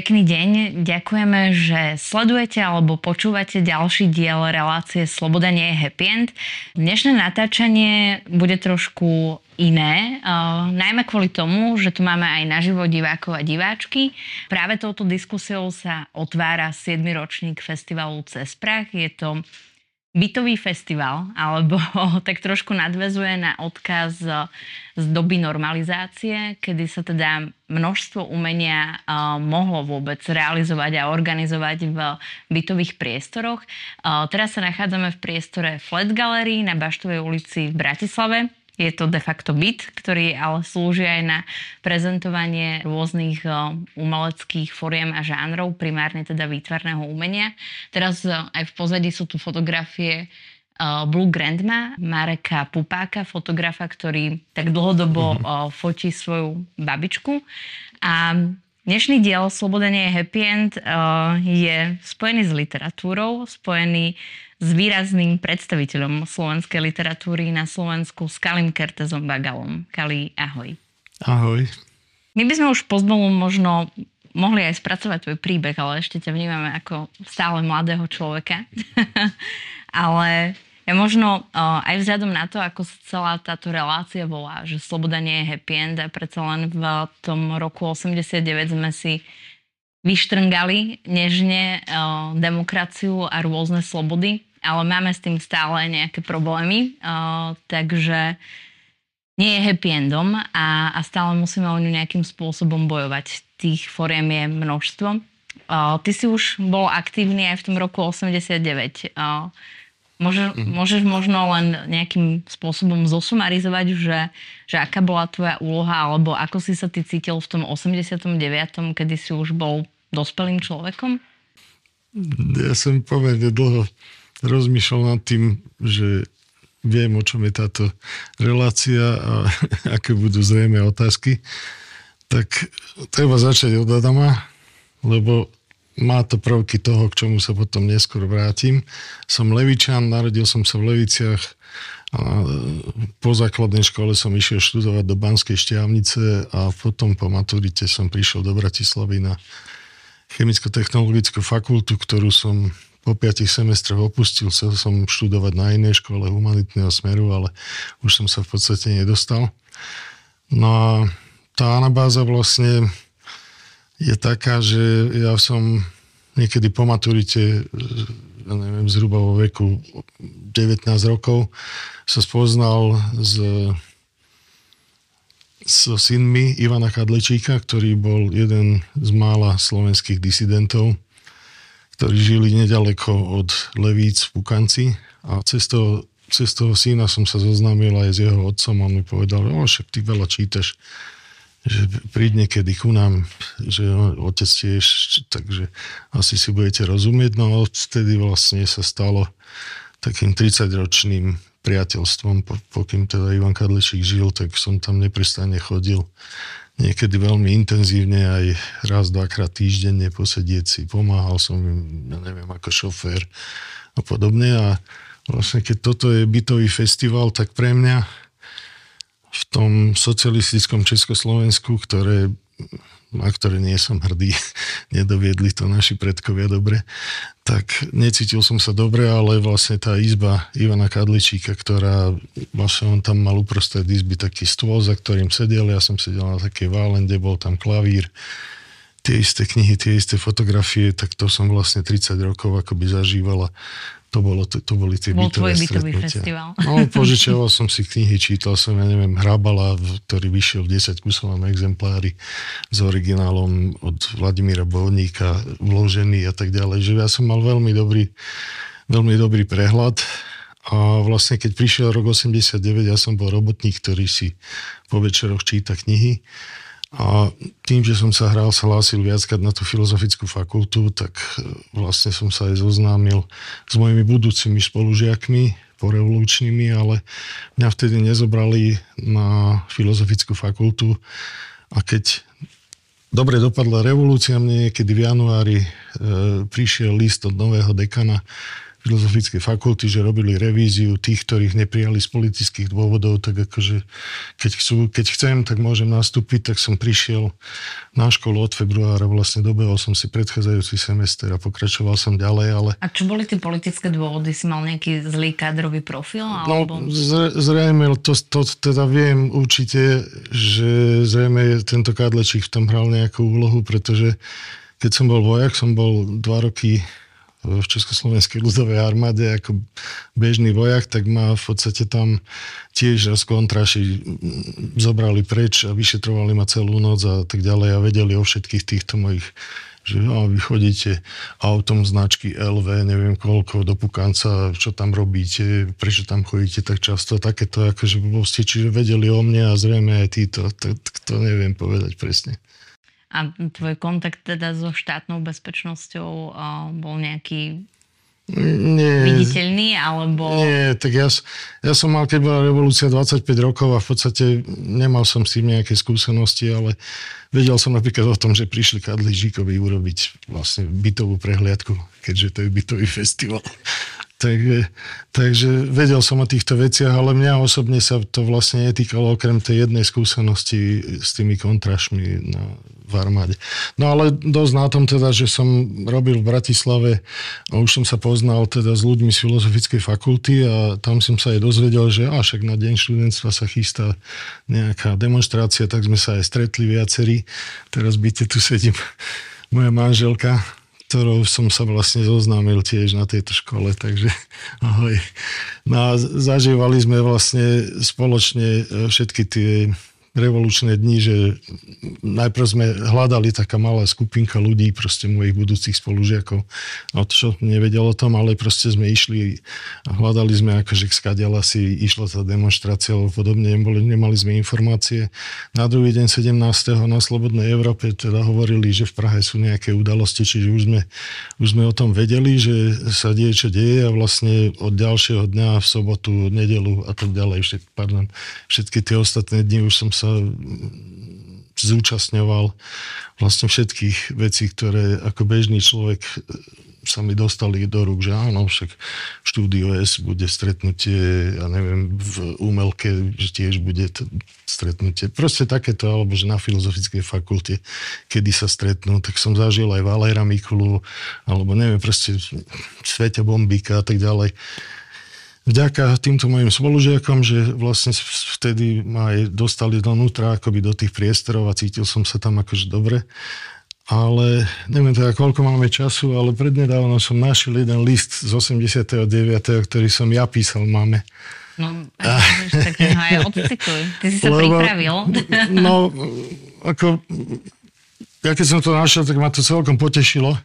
Pekný deň, ďakujeme, že sledujete alebo počúvate ďalší diel relácie Sloboda nie je happy end. Dnešné natáčanie bude trošku iné, najmä kvôli tomu, že tu máme aj naživo divákov a diváčky. Práve touto diskusiou sa otvára 7. ročník festivalu Cez prach. Je to bytový festival, alebo tak trošku nadväzuje na odkaz z doby normalizácie, kedy sa teda množstvo umenia mohlo vôbec realizovať a organizovať v bytových priestoroch. Teraz sa nachádzame v priestore Flat Gallery na Baštovej ulici v Bratislave. Je to de facto byt, ktorý ale slúži aj na prezentovanie rôznych umeleckých foriem a žánrov, primárne teda výtvarného umenia. Teraz aj v pozadí sú tu fotografie Blue Grandma, Mareka Pupáka, fotografa, ktorý tak dlhodobo fotí svoju babičku. A dnešný diel Sloboda nie je happy end je spojený s literatúrou, spojený s výrazným predstaviteľom slovenskej literatúry na Slovensku, s Kalim Kertézom Bagalom. Kali, ahoj. Ahoj. My by sme už pozdolu možno mohli aj spracovať tvoj príbeh, ale ešte ťa vnímame ako stále mladého človeka. Ale ja možno aj vzhľadom na to, ako sa celá táto relácia volá, že sloboda nie je happy end a predsa len v tom roku 89 sme si vyštrngali nežne demokraciu a rôzne slobody, ale máme s tým stále nejaké problémy, takže nie je happy endom a stále musíme o ňu nejakým spôsobom bojovať. Tých foriem je množstvo. Ty si už bol aktívny aj v tom roku 89. Môžeš možno len nejakým spôsobom zosumarizovať, že aká bola tvoja úloha, alebo ako si sa ty cítil v tom 89., kedy si už bol dospelým človekom? Ja som pomerne dlho rozmýšľal nad tým, že viem, o čom je táto relácia a aké budú zrejme otázky. Tak treba začať od Adama, lebo má to prvky toho, k čomu sa potom neskôr vrátim. Som Levičan, narodil som sa v Leviciach a po základnej škole som išiel študovať do Banskej Štiavnice a potom po maturite som prišiel do Bratislavy na chemicko-technologickú fakultu, ktorú som po 5 semestroch opustil. Chcel som študovať na inej škole humanitného smeru, ale už som sa v podstate nedostal. No a tá anabáza vlastne je taká, že ja som niekedy po maturite, neviem, zhruba vo veku 19 rokov sa spoznal so synmi Ivana Kadlečíka, ktorý bol jeden z mála slovenských disidentov, ktorí žili nedaleko od Levíc v Pukanci. A cez toho syna som sa zoznámil aj s jeho otcom. On mi povedal, však ty veľa čítaš, že príď niekedy ku nám, že otec tiež, takže asi si budete rozumieť. No a odtedy vlastne sa stalo takým 30-ročným priateľstvom, pokým teda Ivan Kadlečík žil, tak som tam neprestane chodil. Niekedy veľmi intenzívne, aj raz, dvakrát týždenne posedieť si. Pomáhal som im, ja neviem, ako šofér a podobne. A vlastne keď toto je bytový festival, tak pre mňa v tom socialistickom Československu, na ktoré nie som hrdý, nedoviedli to naši predkovia dobre, tak necítil som sa dobre, ale vlastne tá izba Ivana Kadlečíka, ktorá vlastne on tam mal uprostred izby taký stôl, za ktorým sedel, ja som sedel na takej válende, bol tam klavír, tie isté knihy, tie isté fotografie, tak to som vlastne 30 rokov akoby zažíval a to boli tie bytové stretnutia. Festival. No, požičiaval som si knihy, čítal som, ja neviem, Hrabala, ktorý vyšiel v 10 kusovom exemplári s originálom od Vladimíra Bohníka, vložený a tak ďalej. Že ja som mal veľmi dobrý prehľad a vlastne keď prišiel rok 89, ja som bol robotník, ktorý si po večeroch číta knihy. A tým, že som sa hlásil viackrát na tú filozofickú fakultu, tak vlastne som sa aj zoznámil s mojimi budúcimi spolužiakmi, porevolučnými, ale mňa vtedy nezobrali na filozofickú fakultu. A keď dobre dopadla revolúcia, mne niekedy v januári prišiel list od nového dekana filozofickej fakulty, že robili revíziu tých, ktorých neprijali z politických dôvodov, tak akože keď chcem, tak môžem nastúpiť, tak som prišiel na školu od februára, vlastne dobehol som si predchádzajúci semester a pokračoval som ďalej, ale... A čo boli tie politické dôvody? Si mal nejaký zlý kádrový profil? Alebo... No, zrejme, to teda viem určite, že zrejme tento Kadlečík v tom hral nejakú úlohu, pretože keď som bol vojak, som bol 2 roky v Československej ľudovej armáde ako bežný vojak, tak ma v podstate tam tiež z kontraši zobrali preč a vyšetrovali ma celú noc a tak ďalej a vedeli o všetkých týchto mojich, že vy chodíte autom značky LV, neviem koľko, do Pukanca, čo tam robíte, prečo tam chodíte tak často, takéto akože blbosti, čiže vedeli o mne a zrejme aj títo, to neviem povedať presne. A tvoj kontakt teda so štátnou bezpečnosťou bol nejaký viditeľný, alebo... Nie, tak ja som mal, keď bola revolúcia 25 rokov a v podstate nemal som s tým nejaké skúsenosti, ale vedel som napríklad o tom, že prišli Kadlíčíkovi urobiť vlastne bytovú prehliadku, keďže to je bytový festival. Takže vedel som o týchto veciach, ale mňa osobne sa to vlastne netýkalo okrem tej jednej skúsenosti s tými kontrašmi v armáde. No ale dosť na tom teda, že som robil v Bratislave a už som sa poznal teda s ľuďmi z filozofickej fakulty a tam som sa aj dozvedel, že však na deň študentstva sa chystá nejaká demonštrácia, tak sme sa aj stretli viacerí. Teraz byte tu sedím moja manželka, ktorou som sa vlastne zoznámil tiež na tejto škole, takže ahoj. No a zažívali sme vlastne spoločne všetky tie revolučné dni, že najprv sme hľadali taká malá skupinka ľudí, proste mojich budúcich spolužiakov. No to, čo nevedel o tom, ale proste sme išli a hľadali sme akože skadiaľ asi išla tá demonštrácia alebo podobne, nemali sme informácie. Na druhý deň 17. na Slobodnej Európe teda hovorili, že v Prahe sú nejaké udalosti, čiže už sme o tom vedeli, že sa deje, čo deje a vlastne od ďalšieho dňa v sobotu, nedeľu a tak ďalej, všetky tie ostatné dni už som sa zúčastňoval vlastne všetkých vecí, ktoré ako bežný človek sa mi dostali do rúk, že áno, však v štúdiu S bude stretnutie, ja neviem, v Umelke, že tiež bude stretnutie. Proste takéto, alebo že na filozofickej fakulte, kedy sa stretnú, tak som zažil aj Valéra Mikulu, alebo neviem, proste Sveťa Bombíka a tak ďalej. Vďaka týmto mojim spolužiakom, že vlastne vtedy ma aj dostali donútra, akoby do tých priestorov a cítil som sa tam akože dobre. Ale neviem teda, koľko máme času, ale prednedávno som našiel jeden list z 89., ktorý som ja písal mame. No, tak aj odcituj. Ty si sa pripravil. No, ako, ja keď som to našiel, tak ma to celkom potešilo,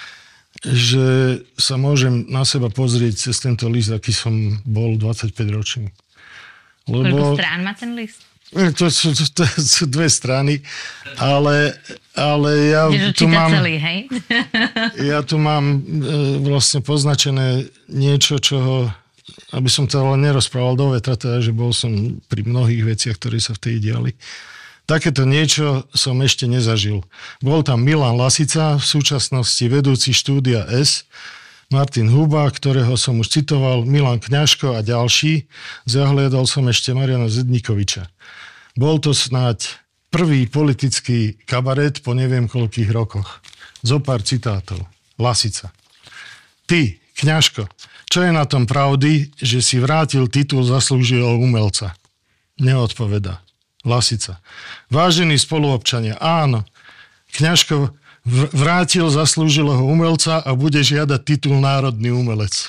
že sa môžem na seba pozrieť cez tento list, aký som bol 25 ročný. Koľko strán má ten list? To sú 2 strany, ale ja tu mám... celý, hej? Ja tu mám vlastne poznačené niečo, čoho, aby som to ale nerozprával do vetra, teda, že bol som pri mnohých veciach, ktoré sa vtedy diali. Takéto niečo som ešte nezažil. Bol tam Milan Lasica, v súčasnosti vedúci štúdia S, Martin Huba, ktorého som už citoval, Milan Kňažko a ďalší. Zahliadol som ešte Mariana Zedníkoviča. Bol to snáď prvý politický kabaret po neviem koľkých rokoch. Zopár citátov. Lasica. Ty, Kňažko, čo je na tom pravdy, že si vrátil titul zaslúžilého umelca? Neodpovedá. Lasica. Vážení spoluobčania, áno, Kňažko vrátil zaslúžilého umelca a bude žiadať titul národný umelec.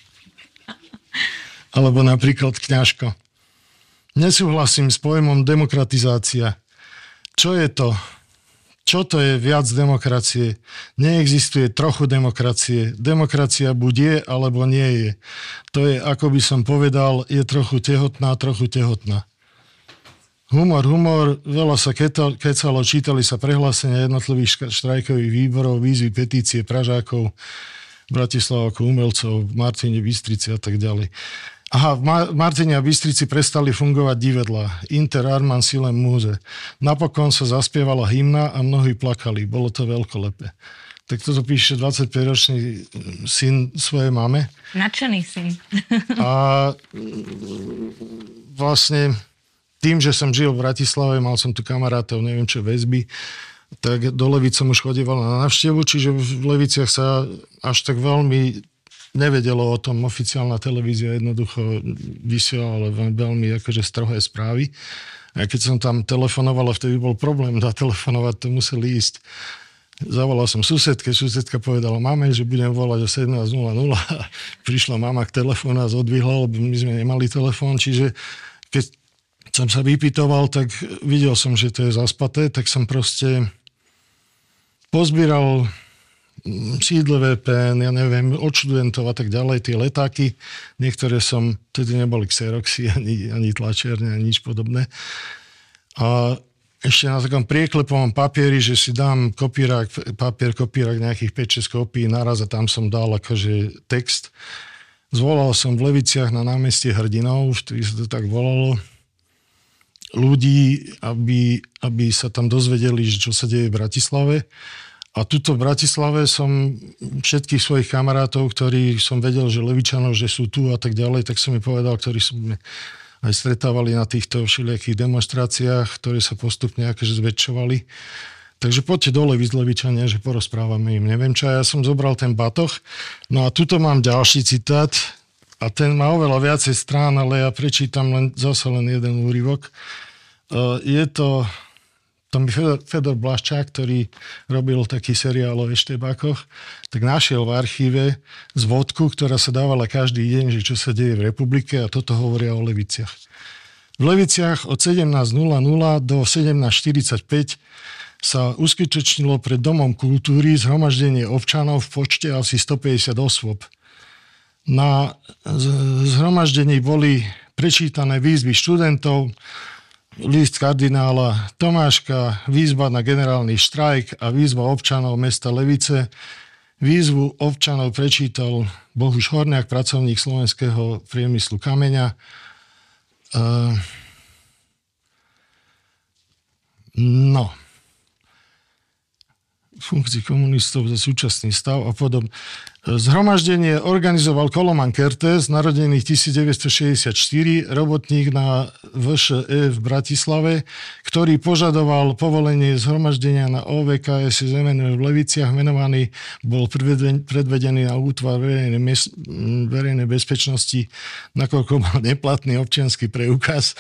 Alebo napríklad Kňažko. Nesúhlasím s pojmom demokratizácia. Čo je to? Čo to je viac demokracie? Neexistuje trochu demokracie. Demokracia buď je, alebo nie je. To je, ako by som povedal, je trochu tehotná. Humor, veľa sa kecalo, čítali sa prehlásenia jednotlivých štrajkových výborov, výzvy, petície Pražákov, Bratislavakov, umelcov, v Martine, Bystrici a tak ďalej. Aha, v Martine a Bystrici prestali fungovať divadlá. Inter Arman Silem Múze. Napokon sa zaspievala hymna a mnohí plakali. Bolo to veľkolepé. Tak toto píše 25-ročný syn svojej mame. Nadšený syn. A vlastne tým, že som žil v Bratislave, mal som tu kamarátov, neviem čo, väzby, tak do Levíc som už chodieval na návštevu, čiže v Leviciach sa až tak veľmi nevedelo o tom. Oficiálna televízia jednoducho vysielala veľmi akože strohé správy. A keď som tam telefonoval, a vtedy bol problém zatelefonovať, to museli ísť. Zavolal som susedka povedala mame, že budem volať o 17:00. Prišla mama k telefónu a zodvihla, lebo my sme nemali telefón, čiže keď som sa vypytoval, tak videl som, že to je zaspaté, tak som proste pozbíral sídle VPN, ja neviem, od študentov a tak ďalej, tie letáky, niektoré som, tedy neboli Xeroxy, ani tlačiarne, ani nič podobné. A ešte na takom prieklepovom papieri, že si dám kopírák nejakých 5-6 kópií naraz a tam som dal akože text. Zvolal som v Leviciach na námestie Hrdinov, vtedy sa to tak volalo, ľudí, aby sa tam dozvedeli, čo sa deje v Bratislave. A tuto v Bratislave som všetkých svojich kamarátov, ktorí som vedel, že Levičanov, že sú tu a tak ďalej, tak som mi povedal, ktorí sme aj stretávali na týchto všelijakých demonstráciách, ktoré sa postupne akože zväčšovali. Takže poďte dole vy z Levičania, že porozprávame im. Neviem čo, ja som zobral ten batoh. No a tuto mám ďalší citát a ten má oveľa viacej strán, ale ja prečítam zase len jeden úryvok. Je to mi Fedor Blaščák, ktorý robil taký seriál o eštebákoch, tak našiel v archíve zvodku, ktorá sa dávala každý deň, že čo sa deje v republike a toto hovoria o Leviciach. V Leviciach od 17:00 do 17:45 sa uskutočnilo pred Domom kultúry zhromaždenie občanov v počte asi 150 osôb. Na zhromaždení boli prečítané výzvy študentov, list kardinála Tomáška, výzva na generálny štrajk a výzva občanov mesta Levice. Výzvu občanov prečítal Bohuš Horniak, pracovník Slovenského priemyslu kameňa. Funkcii komunistov za súčasný stav a podobne. Zhromaždenie organizoval Koloman Kertész, narodený 1964, robotník na VŠE v Bratislave, ktorý požadoval povolenie zhromaždenia na OVKS v Leviciach. Menovaný bol predvedený na útvar verejnej bezpečnosti, nakoľko mal neplatný občiansky preukaz.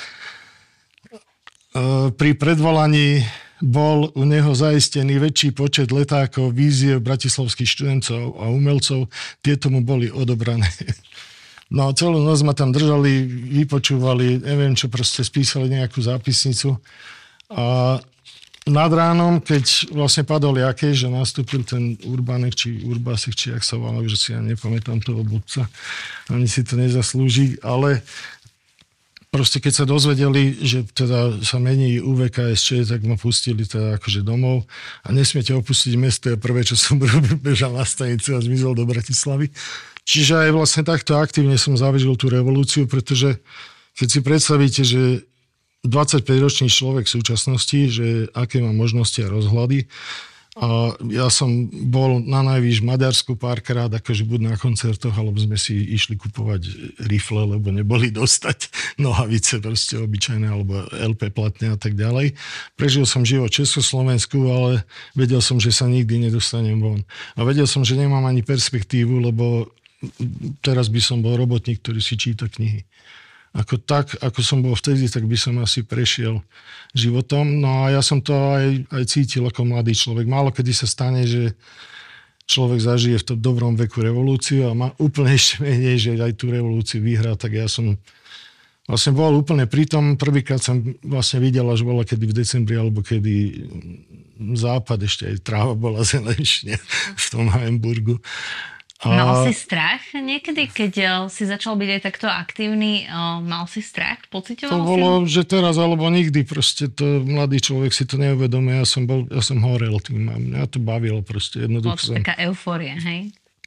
Pri predvolaní bol u neho zaistený väčší počet letákov, víziev bratislavských študentov a umelcov. Tieto mu boli odobrané. No celú noc ma tam držali, vypočúvali, neviem čo, proste spísali nejakú zápisnicu. A nad ránom, keď vlastne padol jakej, že nastúpil ten Urbánek, či Urbásek, či jak sa volal, že si ja nepamätám toho budca, ani si to nezaslúži, ale proste keď sa dozvedeli, že teda sa mení UVKSČ, tak ma pustili teda akože domov a nesmiete opustiť mesto. Prvé, čo som robil, bežal na stanicu a zmizol do Bratislavy. Čiže aj vlastne takto aktívne som zažil tú revolúciu, pretože keď si predstavíte, že 25-ročný človek v súčasnosti, že aké má možnosti a rozhľady. A ja som bol na najvýš v Maďarsku párkrát, akože buď na koncertoch, alebo sme si išli kupovať rifle, lebo neboli dostať nohavice proste obyčajné, alebo LP platne a tak ďalej. Prežil som život v Československu, ale vedel som, že sa nikdy nedostanem von. A vedel som, že nemám ani perspektívu, lebo teraz by som bol robotník, ktorý si číta knihy. Ako som bol vtedy, tak by som asi prešiel životom. No a ja som to aj cítil ako mladý človek. Málo kedy sa stane, že človek zažije v tom dobrom veku revolúciu a má úplne ešte menej, že aj tú revolúciu vyhrá. Tak ja som vlastne bol úplne pri tom. Prvýkrát som vlastne videl, až bola kedy v decembri, alebo kedy západ, ešte aj tráva bola zelenšia v tom Heimburgu. Mal si strach niekedy, keď si začal byť aj takto aktívny? Mal si strach? Pocitoval si? To bolo, že teraz alebo nikdy. Proste to mladý človek si to neuvedomuje. Ja som horel tým. Mňa to bavilo proste. Bola to taká eufória, hej?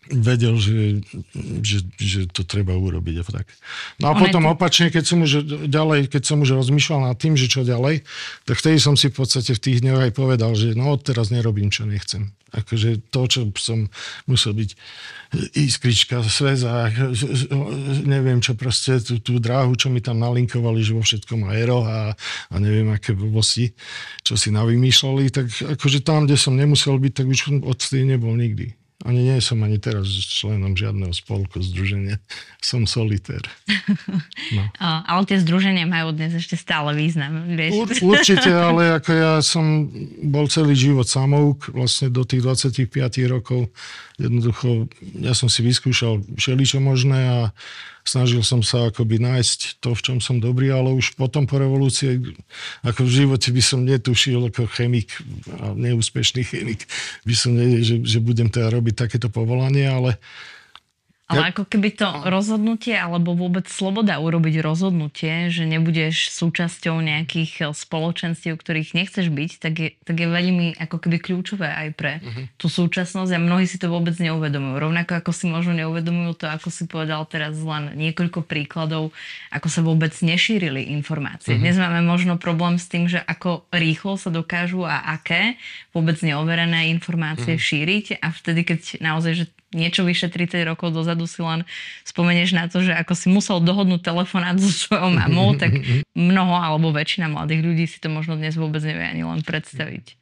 vedel, že to treba urobiť. Tak. No a potom opačne, keď som už rozmýšľal nad tým, že čo ďalej, tak vtedy som si v podstate v tých dňoch aj povedal, že no teraz nerobím, čo nechcem. Akože to, čo som musel byť iskrička, sveza, neviem čo proste, tú dráhu, čo mi tam nalinkovali, že vo všetkom aero a neviem aké blbosti, čo si navymýšľali, tak akože tam, kde som nemusel byť, tak už odtedy nebol nikdy. Ani nie som ani teraz členom žiadneho spolku, združenia. Som solitér. No. Ale tie združenia majú dnes ešte stále význam. Vieš? Určite, ale ako ja som bol celý život samouk, vlastne do tých 25 rokov. Jednoducho, ja som si vyskúšal všeličo možné a snažil som sa akoby nájsť to, v čom som dobrý, ale už potom po revolúcii, ako v živote by som netušil ako chemik, a neúspešný chemik, by som nevedel, že budem teda robiť takéto povolanie, ale... Ale ako keby to rozhodnutie, alebo vôbec sloboda urobiť rozhodnutie, že nebudeš súčasťou nejakých spoločenstiev, ktorých nechceš byť, tak je veľmi ako keby kľúčové aj pre tú súčasnosť a mnohí si to vôbec neuvedomujú. Rovnako ako si možno neuvedomujú to, ako si povedal teraz len niekoľko príkladov, ako sa vôbec nešírili informácie. Dnes máme možno problém s tým, že ako rýchlo sa dokážu a aké vôbec neoverené informácie šíriť a vtedy, keď naozaj, že niečo vyše 30 rokov dozadu si len spomenieš na to, že ako si musel dohodnúť telefonát so svojou mamou, tak mnoho alebo väčšina mladých ľudí si to možno dnes vôbec nevie ani len predstaviť.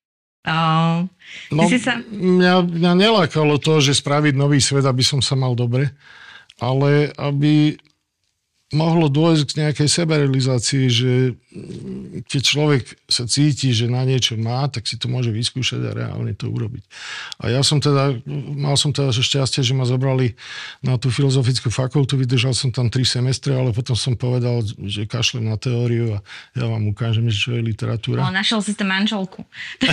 Mňa nelákalo to, že spraviť nový svet, aby som sa mal dobre, ale aby mohlo dôjsť k nejakej sebarealizácii, že keď človek sa cíti, že na niečo má, tak si to môže vyskúšať a reálne to urobiť. A mal som teda šťastie, že ma zobrali na tú filozofickú fakultu, vydržal som tam 3 semestre, ale potom som povedal, že kašlem na teóriu a ja vám ukážem, čo je literatúra. Ale našiel si to manželku.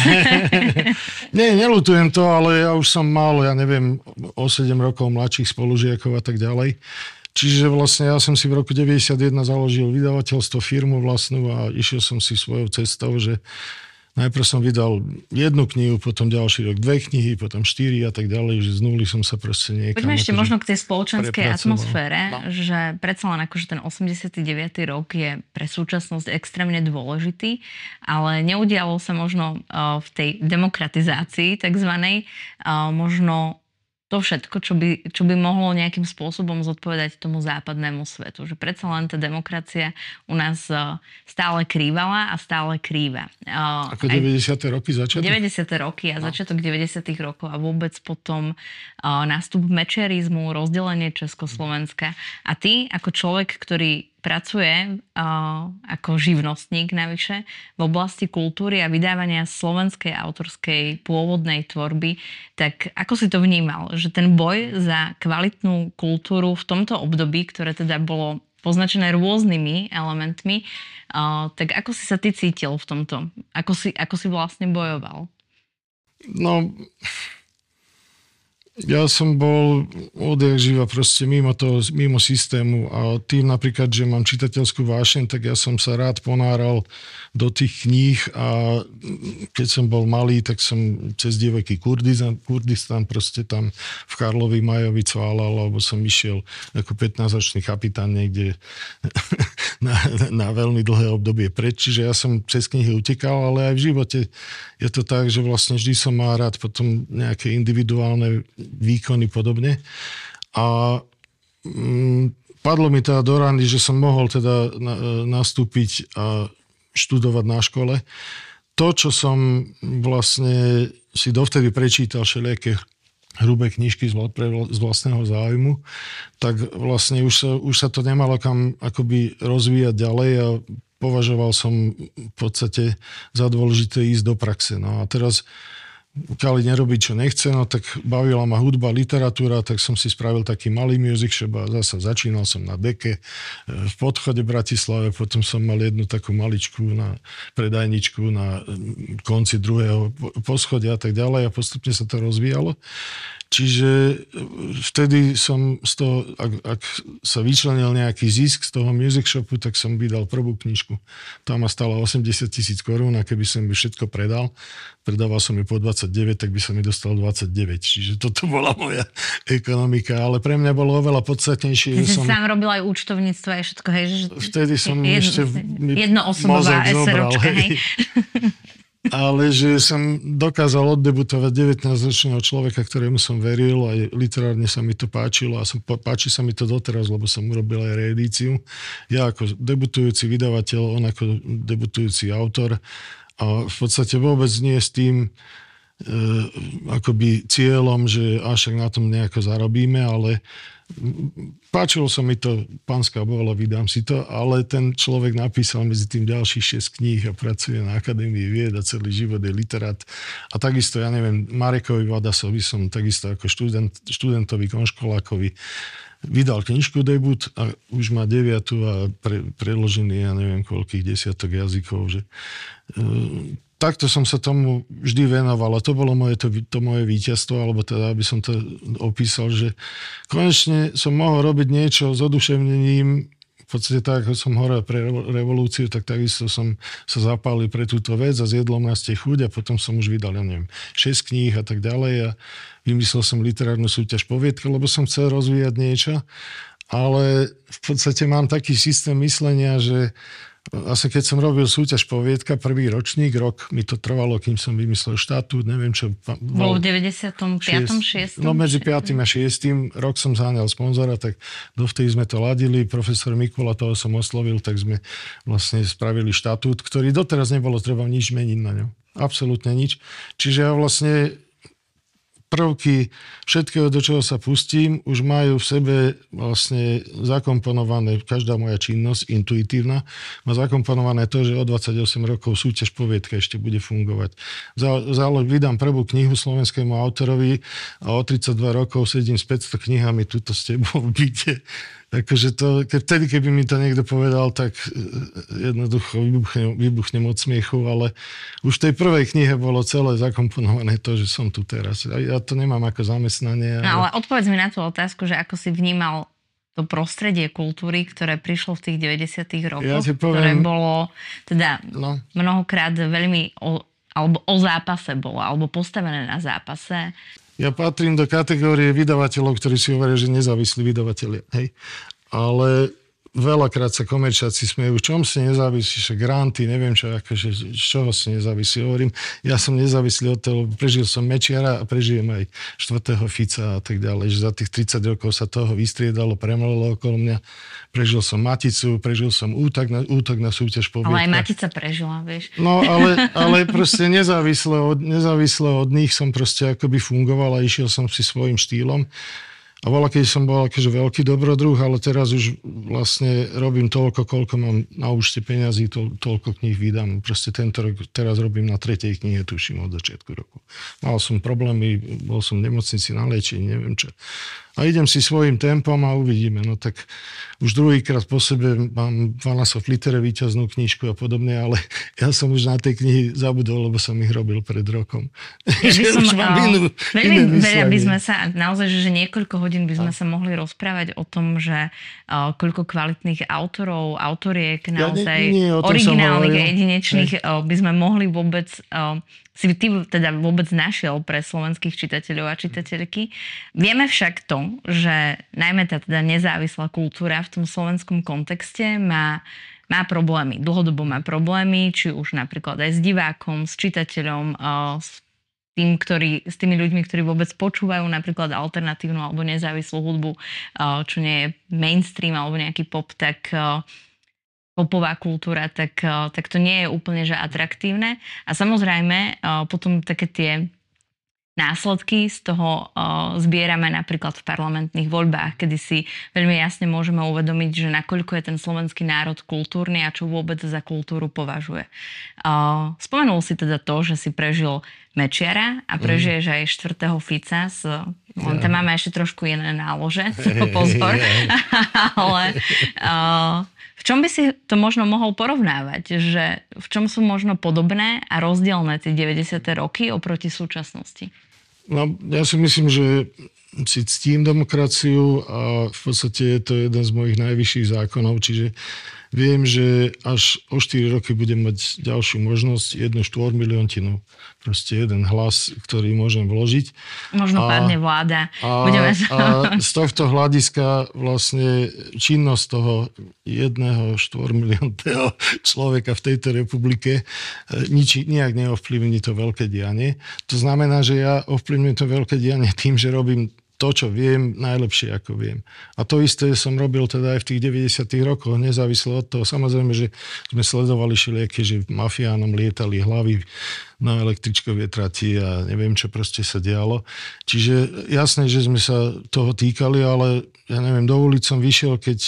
Nie, neľutujem to, ale ja už som mal, ja neviem, o 7 rokov mladších spolužiakov a tak ďalej. Čiže vlastne ja som si v roku 91 založil vydavateľstvo, firmu vlastnú a išiel som si svojou cestou, že najprv som vydal 1 knihu, potom ďalší rok 2 knihy, potom 4 a tak ďalej, že z nuly som sa proste niekam... Poďme ešte možno k tej spoločenskej atmosfére, že predsa len akože ten 89. rok je pre súčasnosť extrémne dôležitý, ale neudialo sa možno v tej demokratizácii takzvanej možno to všetko, čo by mohlo nejakým spôsobom zodpovedať tomu západnému svetu. Že predsa len tá demokracia u nás stále krývala a stále krýva. Ako 90. roky začiatok? 90. roky a začiatok 90. rokov a vôbec potom nástup mečerizmu, rozdelenie Československa. A ty, ako človek, ktorý pracuje ako živnostník navyše v oblasti kultúry a vydávania slovenskej autorskej pôvodnej tvorby, tak ako si to vnímal? Že ten boj za kvalitnú kultúru v tomto období, ktoré teda bolo poznačené rôznymi elementmi, tak ako si sa ty cítil v tomto? Ako si vlastne bojoval? No... Ja som bol odjak živa proste mimo systému a tým napríklad, že mám čitateľskú vášeň, tak ja som sa rád ponáral do tých kníh a keď som bol malý, tak som cez divocký Kurdistan proste tam v Karlovi Majovi cválal, alebo som išiel ako 15-ročný kapitán niekde na veľmi dlhé obdobie preč, čiže ja som cez knihy utekal, ale aj v živote je to tak, že vlastne vždy som mal rád potom nejaké individuálne výkony podobne. A padlo mi teda do rany, že som mohol teda nastúpiť a študovať na škole. To, čo som vlastne si dovtedy prečítal všelijaké hrubé knižky z vlastného záujmu, tak vlastne už sa to nemalo kam akoby rozvíjať ďalej a považoval som v podstate za dôležité ísť do praxe. No a teraz Kali nerobiť, čo nechce, no tak bavila ma hudba, literatúra, tak som si spravil taký malý music shop a zase začínal som na Deke v Podchode v Bratislave, potom som mal jednu takú maličku na predajničku na konci druhého poschodia a tak ďalej a postupne sa to rozvíjalo. Čiže vtedy som z toho, ak sa vyčlenil nejaký zisk z toho music shopu, tak som vydal prvú knižku. Tá ma stala 80 000 korún a keby som ju všetko predal, predával som ju po 20 29, tak by som mi dostal 29. Čiže toto bola moja ekonomika, ale pre mňa bolo oveľa podstatnejšie. Ty si sám robil aj účtovníctvo a všetko, hej? Že vtedy som ešte jednoosobová SROčka, hej? Ale že som dokázal oddebutovať 19-ročného človeka, ktorému som veril, aj literárne sa mi to páčilo a páči sa mi to doteraz, lebo som urobil aj reedíciu. Ja ako debutujúci vydavateľ, on ako debutujúci autor a v podstate vôbec nie s tým akoby cieľom, že však na tom nejako zarobíme, ale páčilo sa mi to, pánska bola, vydám si to, ale ten človek napísal medzi tým ďalších 6 kníh a pracuje na Akadémii vied a celý život je literát. A takisto, ja neviem, Marekovi Vadasovi som takisto ako študentovi, konškolákovi vydal knižku debut a už má 9 a preložený, ja neviem, koľkých desiatok jazykov, že takto som sa tomu vždy venoval a to bolo to moje víťazstvo, alebo teda, aby som to opísal, že konečne som mohol robiť niečo s oduševnením, v podstate tak, ako som horel pre revolúciu, tak takisto som sa zapálil pre túto vec a zjedlo ma ste chuť a potom som už vydal, ja neviem, 6 kníh a tak ďalej a vymyslel som literárnu súťaž Poviedka, lebo som chcel rozvíjať niečo, ale v podstate mám taký systém myslenia, že asi keď som robil súťaž Poviedka, prvý ročník, rok mi to trvalo, kým som vymyslel štatút, neviem čo. Bolo v 95. 6. No medzi 5. a 6. rok som zháňal sponzora, tak dovtedy sme to ladili. Profesor Mikula, toho som oslovil, tak sme vlastne spravili štatút, ktorý doteraz nebolo treba nič meniť na ňom. Absolútne nič. Čiže ja vlastne prvky všetkého, do čoho sa pustím, už majú v sebe vlastne zakomponované, každá moja činnosť, intuitívna, má zakomponované to, že o 28 rokov súťaž Poviedka ešte bude fungovať. Vydám prvú knihu slovenskému autorovi a o 32 rokov sedím s 500 knihami tuto s tebou v byte. Takže vtedy, keby mi to niekto povedal, tak jednoducho vybuchnem od smiechu, ale už v tej prvej knihe bolo celé zakomponované to, že som tu teraz. Ja to nemám ako zamestnanie. Ale odpovedz mi na tú otázku, že ako si vnímal to prostredie kultúry, ktoré prišlo v tých 90. rokoch, ktoré bolo teda mnohokrát veľmi alebo o zápase bolo, alebo postavené na zápase. Ja patrím do kategórie vydavateľov, ktorí si hovoria, že nezávislí vydavatelia. Hej. Ale veľakrát sa komerčáci smejú, v čom si nezávislí, že granty, neviem čo, akože, z čoho si nezávislí. Hovorím, ja som nezávislý od toho, prežil som Mečiara a prežijem aj 4. Fica a tak ďalej, že za tých 30 rokov sa toho vystriedalo, premlelo okolo mňa. Prežil som Maticu, prežil som útok na súťaž Poviedka. Ale aj Matica prežila, vieš. No, ale proste nezávisle od nich som proste akoby fungoval a išiel som si svojím štýlom. A keď som bol akože veľký dobrodruh, ale teraz už vlastne robím toľko, koľko mám na účte peňazí, toľko kníh vydám. Proste tento rok, teraz robím na 3. knihe, tuším, od začiatku roku. Mal som problémy, bol som v nemocnici na liečení, neviem čo. A idem si svojím tempom a uvidíme. No tak už druhýkrát po sebe mám Vanessa Flittere víťaznú knižku a podobne, ale ja som už na tej knihy zabudol, lebo som ich robil pred rokom. Veľmi veľa by sme sa, naozaj, že niekoľko hodín by sme sa mohli rozprávať o tom, že koľko kvalitných autorov, autoriek, naozaj originálnych a jedinečných by sme mohli vôbec si ty teda vôbec našiel pre slovenských čitateľov a čitateľky. Vieme však to, že najmä tá teda nezávislá kultúra v tom slovenskom kontexte má problémy. Dlhodobo má problémy, či už napríklad aj s divákom, s čitateľom, s tými ľuďmi, ktorí vôbec počúvajú napríklad alternatívnu alebo nezávislú hudbu, čo nie je mainstream alebo nejaký pop, tak popová kultúra, tak to nie je úplne že atraktívne. A samozrejme potom také tie následky z toho zbierame napríklad v parlamentných voľbách, kedy si veľmi jasne môžeme uvedomiť, že nakoľko je ten slovenský národ kultúrny a čo vôbec za kultúru považuje. Spomenul si teda to, že si prežil Mečiara a prežiješ aj 4. Fica. Tam máme ešte trošku iné nálože, pozor. Ale v čom by si to možno mohol porovnávať? Že v čom sú možno podobné a rozdielne tie 90. roky oproti súčasnosti? No, ja si myslím, že si ctím demokraciu a v podstate je to jeden z mojich najvyšších zákonov, čiže viem, že až o 4 roky budem mať ďalšiu možnosť, 1/4 milióntinu. Proste jeden hlas, ktorý môžem vložiť. Možno padne vláda. A z tohto hľadiska vlastne činnosť toho 1/4 miliónneho človeka v tejto republike nijak neovplyvní to veľké dianie. To znamená, že ja ovplyvňujem to veľké dianie tým, že robím to, čo viem, najlepšie, ako viem. A to isté som robil teda aj v tých 90. rokoch, nezávisle od toho. Samozrejme, že sme sledovali všelijaké, že mafiánom lietali hlavy na električkovej trati a neviem, čo proste sa dialo. Čiže jasné, že sme sa toho týkali, ale ja neviem, do ulic som vyšiel, keď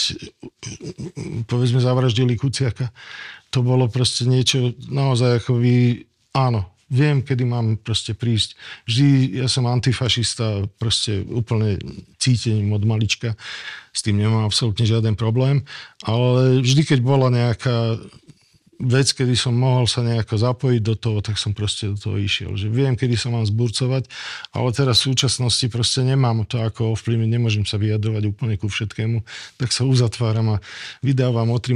povedzme zavraždili Kuciaka. To bolo proste niečo naozaj akoby, áno, viem, kedy mám proste prísť. Vždy, ja som antifašista, proste úplne cítením od malička. S tým nemám absolútne žiaden problém. Ale vždy, keď bola nejaká vec, kedy som mohol sa nejako zapojiť do toho, tak som proste do toho išiel. Že viem, kedy sa mám zburcovať, ale teraz v súčasnosti proste nemám to ako ovplyvniť, nemôžem sa vyjadrovať úplne ku všetkému, tak sa uzatváram a vydávam o 3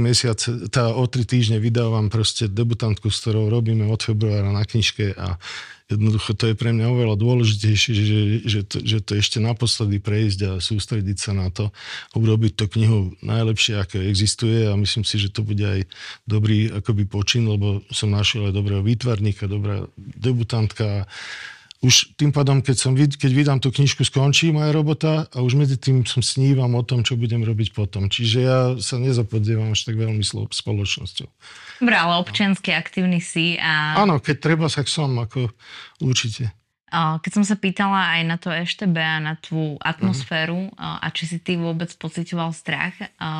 týždne vydávam proste debutantku, s ktorou robíme od februára na knižke a jednoducho to je pre mňa oveľa dôležitejšie, že to ešte naposledy prejsť a sústrediť sa na to, urobiť tú knihu najlepšie, ako existuje a myslím si, že to bude aj dobrý akoby počin, lebo som našiel aj dobrého výtvarníka, dobrá debutantka. Už tým pádom, keď vydám tú knižku, skončí moja robota a už medzi tým som snívam o tom, čo budem robiť potom. Čiže ja sa nezapodievam až tak veľmi spoločnosťou. Dobre, ale občiansky aktívny si a... Áno, keď treba, tak som, ako určite. Keď som sa pýtala aj na to EŠTB a na tú atmosféru a či si ty vôbec pociťoval strach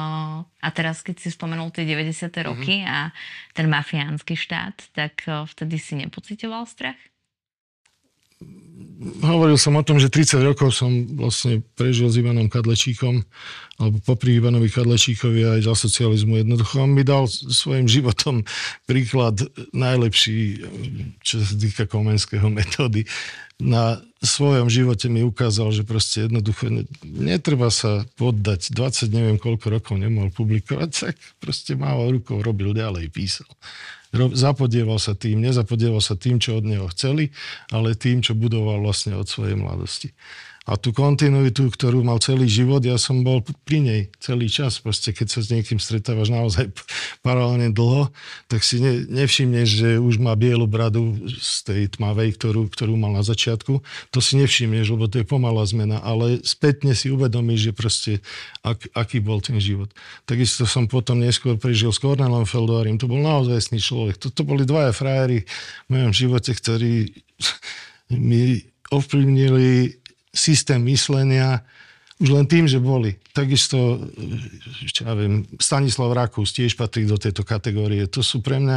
a teraz, keď si spomenul tie 90. roky a ten mafiánsky štát, tak vtedy si nepociťoval strach? Hovoril som o tom, že 30 rokov som vlastne prežil s Ivanom Kadlečíkom, alebo popri Ivanovi Kadlečíkovi aj za socializmu. Jednoducho on mi dal svojim životom príklad najlepší, čo sa týka Komenského metódy. Na svojom živote mi ukázal, že proste jednoducho netreba sa poddať. 20 neviem koľko rokov nemohol publikovať, tak proste mával rukou, robil ďalej, písal. Zapodieval sa tým, nezapodieval sa tým, čo od neho chceli, ale tým, čo budoval vlastne od svojej mladosti. A tú kontinuitu, ktorú mal celý život, ja som bol pri nej celý čas. Proste keď sa s niekým stretávaš naozaj paralelne dlho, tak si nevšimneš, že už má bielu bradu z tej tmavej, ktorú mal na začiatku. To si nevšimneš, lebo to je pomalá zmena, ale spätne si uvedomíš, že proste aký bol ten život. Takisto som potom neskôr prežil s Kornelom Feldovarim. To bol naozajstný človek. Toto boli dvaja frajery v mojom živote, ktorí mi ovplyvnili systém myslenia už len tým, že boli. Takisto, čo ja viem, Stanislav Rakús tiež patrí do tejto kategórie. To sú pre mňa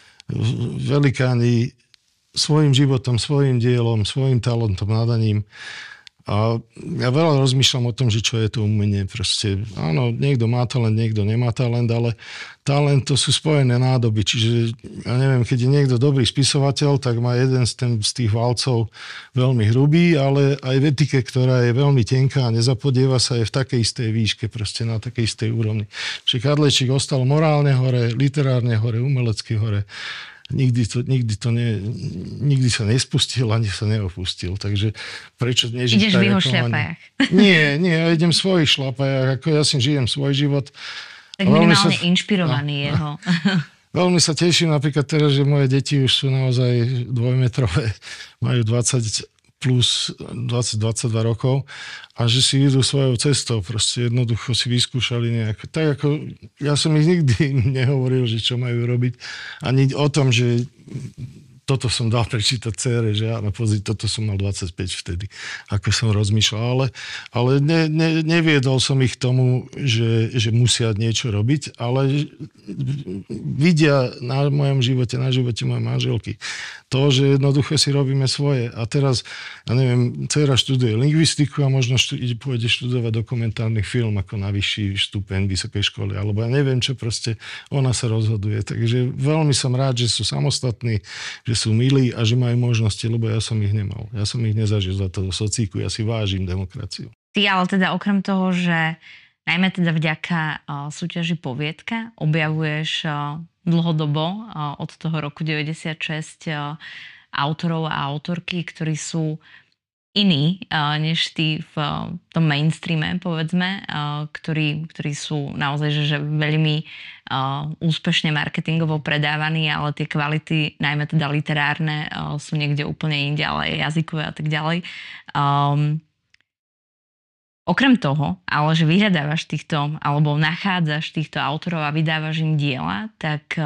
velikáni svojim životom, svojim dielom, svojim talentom, nadaním. A ja veľa rozmýšľam o tom, že čo je to umenie. Proste, áno, niekto má talent, niekto nemá talent, ale talent to sú spojené nádoby. Čiže, ja neviem, keď je niekto dobrý spisovateľ, tak má jeden z tých valcov veľmi hrubý, ale aj v etike, ktorá je veľmi tenká a nezapodieva sa, je v takej istej výške, proste na takej istej úrovni. Čiže Kadlečík ostal morálne hore, literárne hore, umelecky hore. Nikdy sa nespustil, ani sa neopustil. Takže prečo nežiť? Ideš v jeho šľapajach. Nie, ja idem v svojich šľapajach. Ako ja si žijem svoj život. Tak minimálne inšpirovaný jeho. Veľmi sa teším napríklad teraz, že moje deti už sú naozaj dvojmetrové. Majú 20 plus 20-22 rokov a že si idú svojou cestou. Proste jednoducho si vyskúšali nejak. Tak ako ja som ich nikdy nehovoril, že čo majú robiť. Ani o tom, že toto som dal prečítať dcére, že áno, pozri, toto som mal 25 vtedy, ako som rozmýšľal. Ale neviedol som ich k tomu, že musia niečo robiť, ale vidia na mojom živote, na živote mojej manželky to, že jednoducho si robíme svoje. A teraz, ja neviem, dcera študuje lingvistiku a možno pôjde študovať dokumentárny film ako na vyšší stupeň vysokej školy, alebo ja neviem čo, proste ona sa rozhoduje. Takže veľmi som rád, že sú samostatní, že sú milí a že majú možnosti, lebo ja som ich nemal. Ja som ich nezažil za to socíku, ja si vážim demokraciu. Ty ale teda okrem toho, že najmä teda vďaka súťaži Poviedka objavuješ dlhodobo od toho roku 96 autorov a autorky, ktorí sú iní než tí v tom mainstreame, povedzme, ktorí sú naozaj že veľmi úspešne marketingovo predávaní, ale tie kvality, najmä teda literárne, sú niekde úplne inde, ale aj jazykové a tak ďalej. Okrem toho, ale že vyhľadávaš týchto, alebo nachádzaš týchto autorov a vydávaš im diela, tak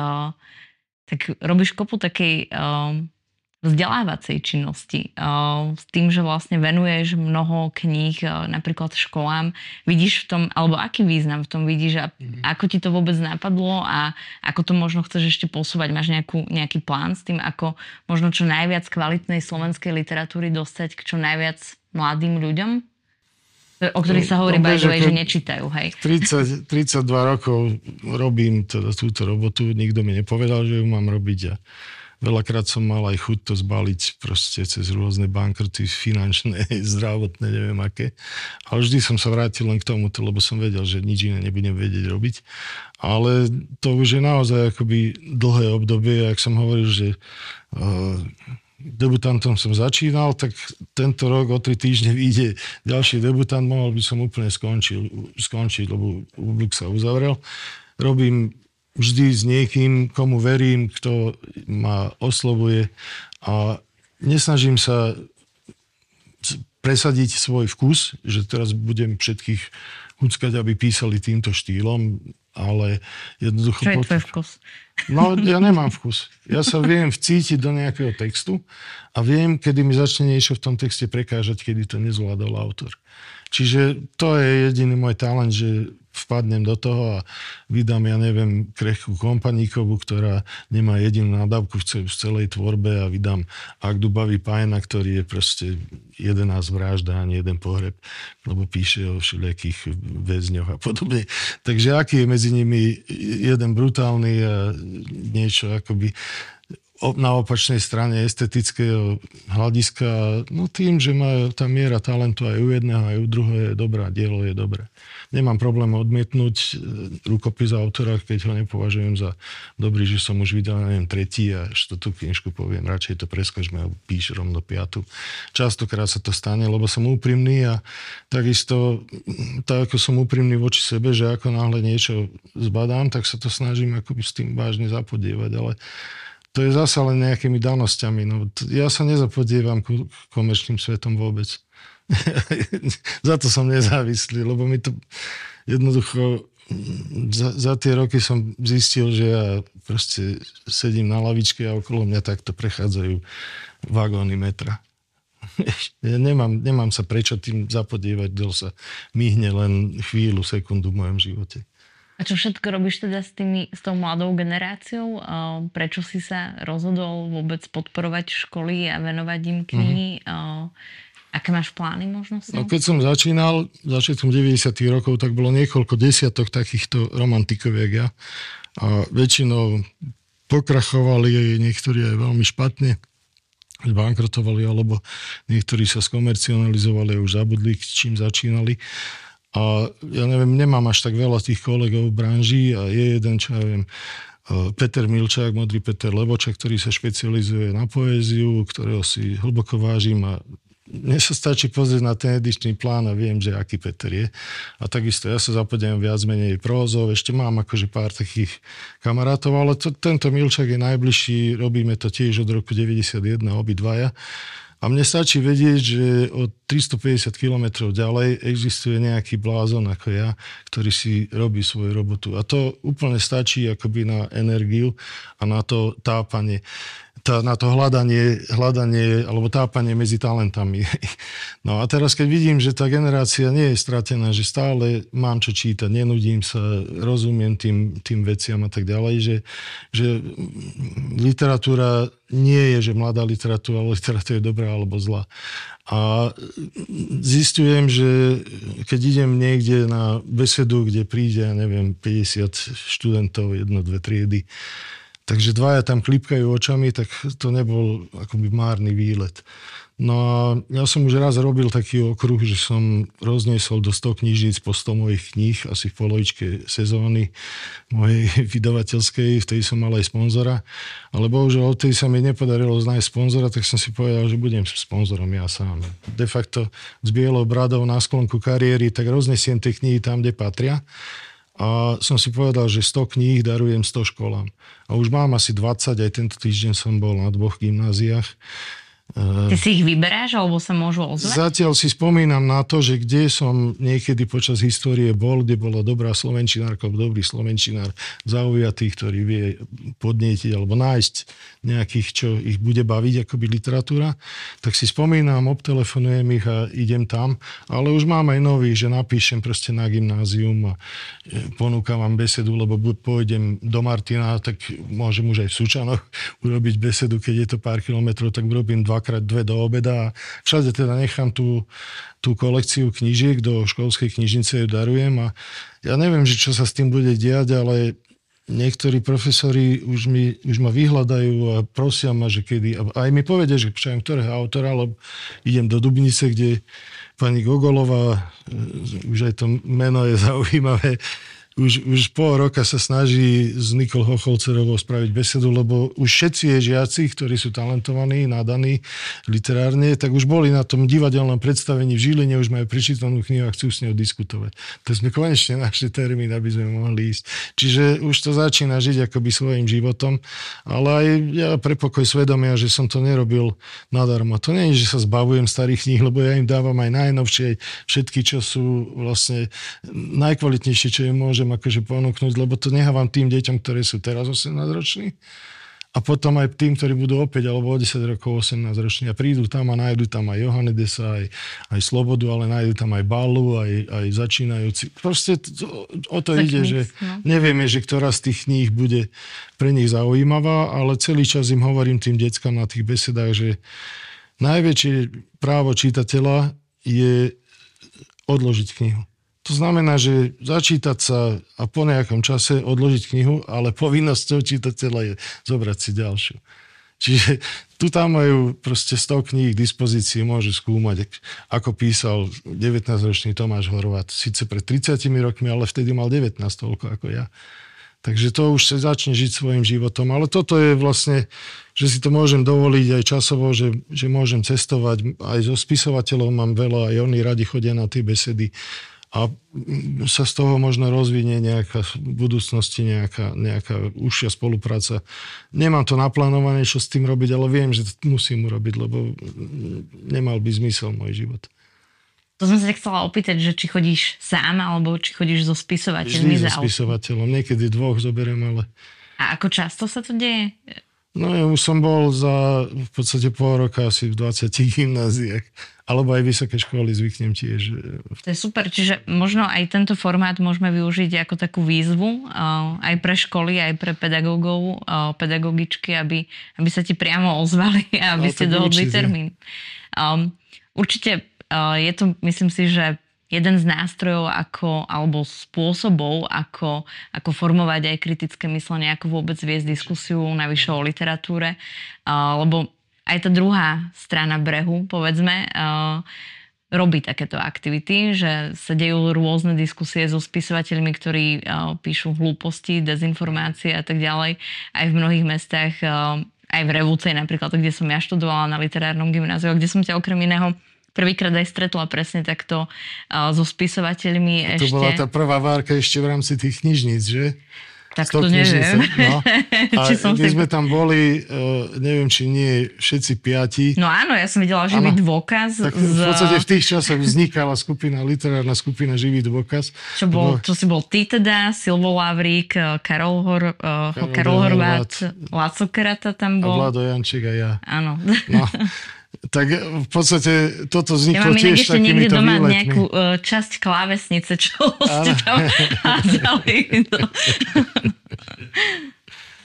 robíš kopu takej vzdelávacej činnosti. S tým, že vlastne venuješ mnoho kníh napríklad školám. Vidíš v tom, alebo aký význam v tom vidíš a ako ti to vôbec napadlo a ako to možno chceš ešte posúvať? Máš nejaký plán s tým, ako možno čo najviac kvalitnej slovenskej literatúry dostať k čo najviac mladým ľuďom? O ktorých sa hovorí by the way, že nečítajú, hej. 32 rokov robím teda túto robotu, nikto mi nepovedal, že ju mám robiť a veľakrát som mal aj chuť to zbaliť proste cez rôzne bankroty finančné, zdravotné, neviem aké. Ale vždy som sa vrátil len k tomuto, lebo som vedel, že nič iné nebudem vedieť robiť. Ale to už je naozaj akoby dlhé obdobie, ak som hovoril, že debutantom som začínal, tak tento rok o 3 týždne vyjde ďalší debutant, mohol by som úplne skončiť, lebo Bublik sa uzavrel. Robím vždy s niekým, komu verím, kto ma oslovuje a nesnažím sa presadiť svoj vkus, že teraz budem všetkých huckať, aby písali týmto štýlom, ale jednoducho... Čo je tvoj vkus? No, ja nemám vkus. Ja sa viem vcítiť do nejakého textu a viem, kedy mi začne niečo v tom texte prekážať, kedy to nezvládol autor. Čiže to je jediný môj talent, že vpadnem do toho a vydám, ja neviem, krehkú kompaníkovú, ktorá nemá jedinú nadávku v celej tvorbe a vydám Ak Dubavý Pájna, ktorý je proste 11 vražd a ani jeden pohreb, lebo píše o všelijakých väzňoch a podobne. Takže aký je medzi nimi jeden brutálny a niečo akoby na opačnej strane estetického hľadiska, no tým, že má tá miera talentu aj u jedného, aj u druhého je dobrá, dielo je dobré. Nemám problém odmietnúť rukopis autora, keď ho nepovažujem za dobrý, že som už vydal, neviem, 3. a 4. knižku poviem, radšej to preskočme a píš rovno 5. Častokrát sa to stane, lebo som úprimný a takisto, tak ako som úprimný voči sebe, že ako náhle niečo zbadám, tak sa to snažím akoby s tým vážne zapodievať, ale to je zasa len nejakými danosťami. No, ja sa nezapodievam komerčným svetom vôbec. Za to som nezávislý, lebo mi to jednoducho za tie roky som zistil, že ja proste sedím na lavičke a okolo mňa takto prechádzajú vagóny metra. Ja nemám sa prečo tým zapodievať, kto sa myhne len chvíľu, sekundu v mojom živote. A čo všetko robíš teda s tou mladou generáciou? Prečo si sa rozhodol vôbec podporovať školy a venovať im knihy? Aké máš plány možno? No, keď som začínal začiatkom 90. rokov, tak bolo niekoľko desiatok takýchto romantikov, jak ja. A väčšinou pokrachovali, niektorí aj veľmi špatne, bankrotovali, alebo niektorí sa skomercionalizovali a už zabudli, čím začínali. A ja neviem, nemám až tak veľa tých kolegov v branži a je jeden, čo ja viem, Peter Milčák, Modrý Peter Leboča, ktorý sa špecializuje na poéziu, ktorého si hlboko vážim a mne sa stačí pozrieť na ten edičný plán a viem, že aký Peter je. A takisto ja sa zapodiem viac menej prózov, ešte mám akože pár takých kamarátov, ale tento Milčák je najbližší, robíme to tiež od roku 91, obidvaja. A mne stačí vedieť, že od 350 kilometrov ďalej existuje nejaký blázon ako ja, ktorý si robí svoju robotu. A to úplne stačí akoby na energiu a na to tápanie. Na to hľadanie alebo tápanie medzi talentami. No a teraz, keď vidím, že tá generácia nie je stratená, že stále mám čo čítať, nenudím sa, rozumiem tým veciam a tak ďalej, že literatúra nie je, že mladá literatúra, ale literatúra je dobrá alebo zlá. A zistujem, že keď idem niekde na besedu, kde príde, ja neviem, 50 študentov, 1-2 triedy, Takže dvaja tam klipkajú očami, tak to nebol akoby márny výlet. No a ja som už raz robil taký okruh, že som rozniesol do 100 knižníc po 100 mojich kníh, asi v polovičke sezóny mojej vydavateľskej, vtedy som mal aj sponzora, ale bohužiaľ odtedy sa mi nepodarilo nájsť sponzora, tak som si povedal, že budem sponzorom ja sám. De facto s bielou bradou na sklonku kariéry, tak roznesiem tie knihy tam, kde patria. A som si povedal, že 100 kníh darujem 100 školám. A už mám asi 20, aj tento týždeň som bol na 2 gymnáziách. Ty si ich vyberáš, alebo sa môžu ozvať? Zatiaľ si spomínam na to, že kde som niekedy počas histórie bol, kde bola dobrá slovenčinárka, dobrý slovenčinár, zaujatý, ktorý vie podnietiť alebo nájsť nejakých, čo ich bude baviť, akoby literatúra, tak si spomínam, obtelefonujem ich a idem tam. Ale už mám aj nový, že napíšem proste na gymnázium a ponúkam vám besedu, lebo pôjdem do Martina, tak môžem už aj v Sučanoch urobiť besedu, keď je to pár kilometrov, tak urobím 2x2 do obeda a všade teda nechám tú kolekciu knížiek, do školskej knižnice ju darujem a ja neviem, že čo sa s tým bude diať, ale niektorí profesori už ma vyhľadajú a prosia ma, že kedy, a aj mi povedia, že pčajem ktorého autora, lebo idem do Dubnice, kde pani Gogolová, už aj to meno je zaujímavé, už pol roka sa snaží s Nikol Hocholcerovou spraviť besedu, lebo už všetci jej žiaci, ktorí sú talentovaní, nadaní literárne, tak už boli na tom divadelnom predstavení v Žiline, už majú prečítanú knihu a chcú s ňou diskutovať. Tak sme konečne našli termín, aby sme mohli ísť. Čiže už to začína žiť akoby svojím životom, ale aj ja pre pokoj svedomia, že som to nerobil nadarmo. To nie je, že sa zbavujem starých kníh, lebo ja im dávam aj najnovšie, všetky, čo sú vlastne najkvalitnejšie, čo im môže akože ponúknuť, lebo to nehávam tým deťom, ktoré sú teraz 18-roční a potom aj tým, ktorí budú opäť alebo o 10 rokov 18-roční a prídu tam a nájdu tam aj Johannidesa, aj Slobodu, ale nájdu tam aj Ballu, aj začínajúci. Proste o to ide, že nevieme, že ktorá z tých kníh bude pre nich zaujímavá, ale celý čas im hovorím tým deckám na tých besedách, že najväčšie právo čitateľa je odložiť knihu. To znamená, že začítať sa a po nejakom čase odložiť knihu, ale povinnosťou čitateľa je zobrať si ďalšiu. Čiže tu tam majú proste 100 kníh k dispozícii, môžu skúmať, ako písal 19-ročný Tomáš Horváth. Sice pred 30 rokmi, ale vtedy mal 19 toľko ako ja. Takže to už sa začne žiť svojim životom. Ale toto je vlastne, že si to môžem dovoliť aj časovo, že môžem cestovať. Aj so spisovateľov mám veľa, aj oni radi chodia na tie besedy. A sa z toho možno rozvinie nejaká v budúcnosti nejaká užšia spolupráca. Nemám to naplánované, čo s tým robiť, ale viem, že to musím urobiť, lebo nemal by zmysel môj život. To som sa chcela opýtať, že či chodíš sám, alebo či chodíš so spisovateľmi. Vždy so spisovateľom. Niekedy 2 zoberiem, ale... A ako často sa to deje? No ja už som bol za v podstate pol roka asi v 20 gymnáziách. Alebo aj vysoké školy zvyknem tiež. To je super, čiže možno aj tento formát môžeme využiť ako takú výzvu aj pre školy, aj pre pedagógov, pedagogičky, aby sa ti priamo ozvali a aby ste dohodli termín. Určite je to, myslím si, že jeden z nástrojov alebo spôsobov, ako formovať aj kritické myslenie, ako vôbec viesť diskusiu navyše o literatúre, lebo aj tá druhá strana brehu, povedzme, robí takéto aktivity, že sa dejú rôzne diskusie so spisovateľmi, ktorí píšu hlúposti, dezinformácie a tak ďalej. Aj v mnohých mestách, aj v Revúcej napríklad, kde som ja študovala na literárnom gymnáziu, kde som ťa okrem iného prvýkrát aj stretla presne takto so spisovateľmi. To bola tá prvá várka ešte v rámci tých knižníc, že? Tak to neviem. No. A my sme tam boli, neviem, či nie všetci 5. No áno, ja som videla živý dôkaz. Tak v podstate v tých časoch vznikala literárna skupina Živý dôkaz. Čo si bol ty teda, Silvo Lavrík, Karol Horváth, Laco Kerata tam bol. A Vlado Jančík a ja. Áno. No. Tak v podstate toto vzniklo tiež takýmito výletmi. Ja mám ešte niekde doma nejakú časť klávesnice, čo ste tam hádzali.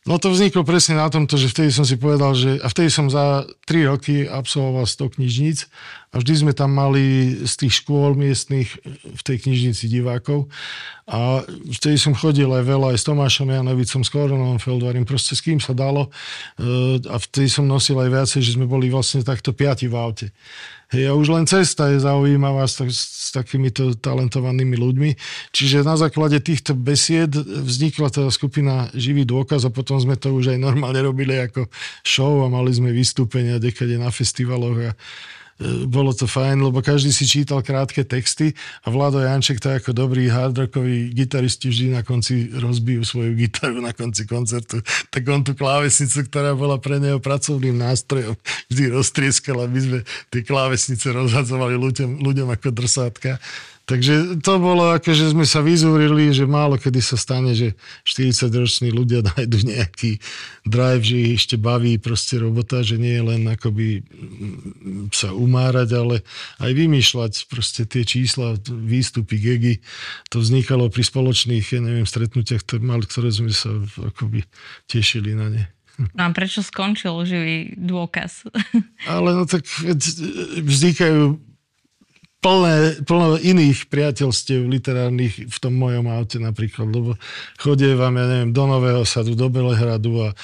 No to vzniklo presne na tomto, že vtedy som si povedal, a vtedy som za 3 roky absolvoval 100 knižníc a vždy sme tam mali z tých škôl miestnych v tej knižnici divákov a vtedy som chodil aj veľa aj s Tomášom Janovicom, s Koronom Feldvarím, proste s kým sa dalo a vtedy som nosil aj viacej, že sme boli vlastne takto 5 v aute. Hej, a už len cesta je zaujímavá s takýmito talentovanými ľuďmi. Čiže na základe týchto besied vznikla tá skupina Živý dôkaz a potom sme to už aj normálne robili ako show a mali sme vystúpenia dekade na festivaloch a bolo to fajn, lebo každý si čítal krátke texty a Vlado Janček, tak ako dobrý hardrockový gitaristi vždy na konci rozbijú svoju gitaru na konci koncertu, tak on tú klávesnicu, ktorá bola pre neho pracovným nástrojom, vždy roztrieskal, aby sme tie klávesnice rozhadzovali ľuďom ako drsátka. Takže to bolo ako, že sme sa vyzúrili, že málo kedy sa stane, že 40-roční ľudia nájdu nejaký drive, že ich ešte baví proste robota, že nie je len akoby sa umárať, ale aj vymýšľať proste tie čísla, výstupy, gegy. To vznikalo pri spoločných, stretnutiach, ktoré sme sa akoby tešili na ne. No a prečo skončil Živý dôkaz? Ale no tak vznikajú plno iných priateľstiev literárnych v tom mojom aute napríklad, lebo chodievam, do Nového Sadu, do Belehradu a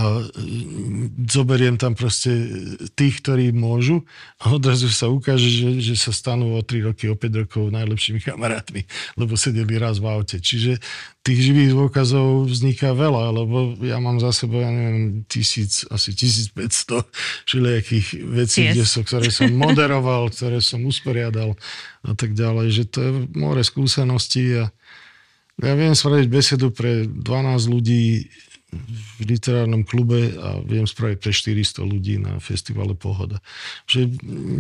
zoberiem tam proste tých, ktorí môžu a odrazu sa ukáže, že sa stanú o 3 roky, o 5 rokov najlepšími kamarátmi, lebo sedeli raz v aute. Čiže tých živých dôkazov vzniká veľa, lebo ja mám za sebou, asi 1500 všelijakých vecí, ktoré som moderoval, ktoré som usporiadal a tak ďalej, že to je more skúseností a ja viem spraviť besedu pre 12 ľudí v literárnom klube a viem spraviť pre 400 ľudí na festivale Pohoda. Že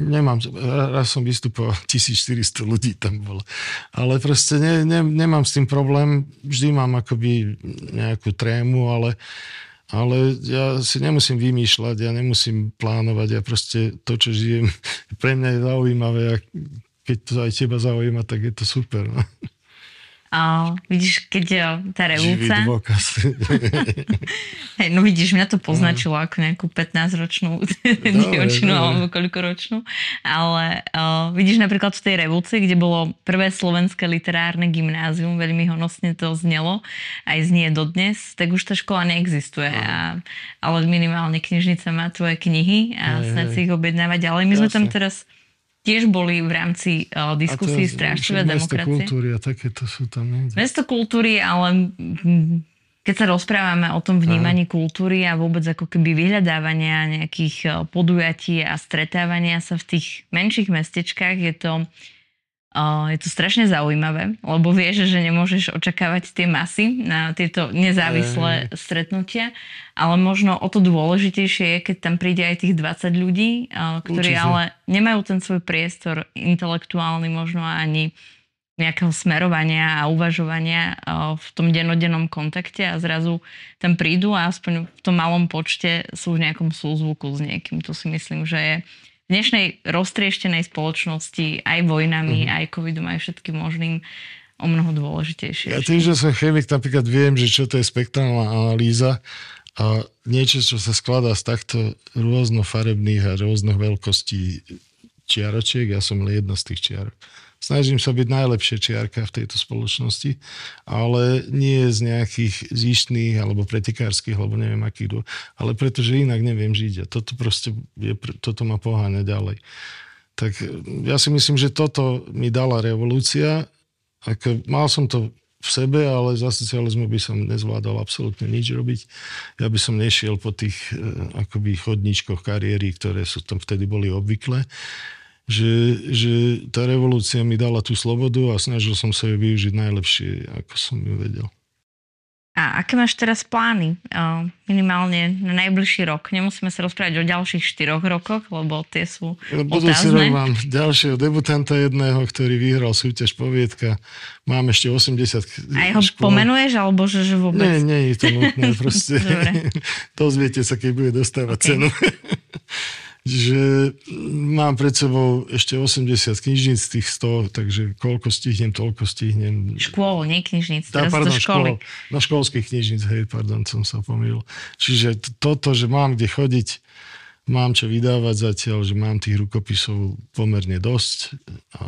raz som vystupoval, 1400 ľudí tam bolo. Ale proste nemám s tým problém, vždy mám akoby nejakú trému, ale ja si nemusím vymýšľať, ja nemusím plánovať, ja proste to, čo žijem, pre mňa je zaujímavé a keď to aj teba zaujíma, tak je to super. No. Vidíš, keď tá revolúcia... Živý dôkaz. Hej, no vidíš, mňa to poznačilo ako nejakú 15-ročnú dievčinu alebo koľkoročnú. Ale vidíš napríklad v tej revolúcii, kde bolo prvé slovenské literárne gymnázium, veľmi honosne to znelo, aj znie dodnes, tak už tá škola neexistuje. Ale minimálne knižnica má tvoje knihy a snad si ich objednávať ďalej. My sme tam teraz tiež boli v rámci diskusí Strážcovia demokracie. Mesto kultúry a takéto sú tam. Mesto kultúry, ale keď sa rozprávame o tom vnímaní kultúry a vôbec ako keby vyhľadávania nejakých podujatí a stretávania sa v tých menších mestečkách, je to strašne zaujímavé, lebo vieš, že nemôžeš očakávať tie masy na tieto nezávislé stretnutia, ale možno o to dôležitejšie je, keď tam príde aj tých 20 ľudí, ktorí ale nemajú ten svoj priestor intelektuálny, možno ani nejakého smerovania a uvažovania v tom dennodennom kontakte a zrazu tam prídu a aspoň v tom malom počte sú v nejakom súzvuku s niekým. To si myslím, že je v dnešnej roztrieštenej spoločnosti aj vojnami, aj covidom, aj všetkým možným o mnoho dôležitejšie. Ja tým, že som chemik, napríklad viem, že čo to je spektrálna analýza a niečo, čo sa skladá z takto rôznofarebných a rôznych veľkostí čiaročiek, ja som len jedna z tých čiarok. Snažím sa byť najlepšia čiarka v tejto spoločnosti, ale nie z nejakých zištných alebo pretekárskych, alebo neviem akých, ale pretože inak neviem žiť a toto ma poháňa ďalej. Tak ja si myslím, že toto mi dala revolúcia. Mal som to v sebe, ale za socializmu by som nezvládal absolútne nič robiť. Ja by som nešiel po tých akoby chodníčkoch kariéry, ktoré sú tam vtedy boli obvyklé. Že tá revolúcia mi dala tú slobodu a snažil som sa ju využiť najlepšie, ako som ju vedel. A aké máš teraz plány? Minimálne na najbližší rok. Nemusíme sa rozprávať o ďalších 4 rokoch, lebo tie sú budúci rok mám ďalšieho debutanta jedného, ktorý vyhral súťaž Poviedka. Mám ešte 80 A jeho pomenuješ, alebo že vôbec? Nie je to nutné. Proste dozviete sa, keď bude dostávať cenu. že mám pred sebou ešte 80 knižníc z tých 100, takže koľko stihnem, toľko stihnem. Škôl, nie knižníc, teraz do školy. No školských knižníc, som sa pomýlil. Čiže toto, že mám kde chodiť, mám čo vydávať zatiaľ, že mám tých rukopisov pomerne dosť a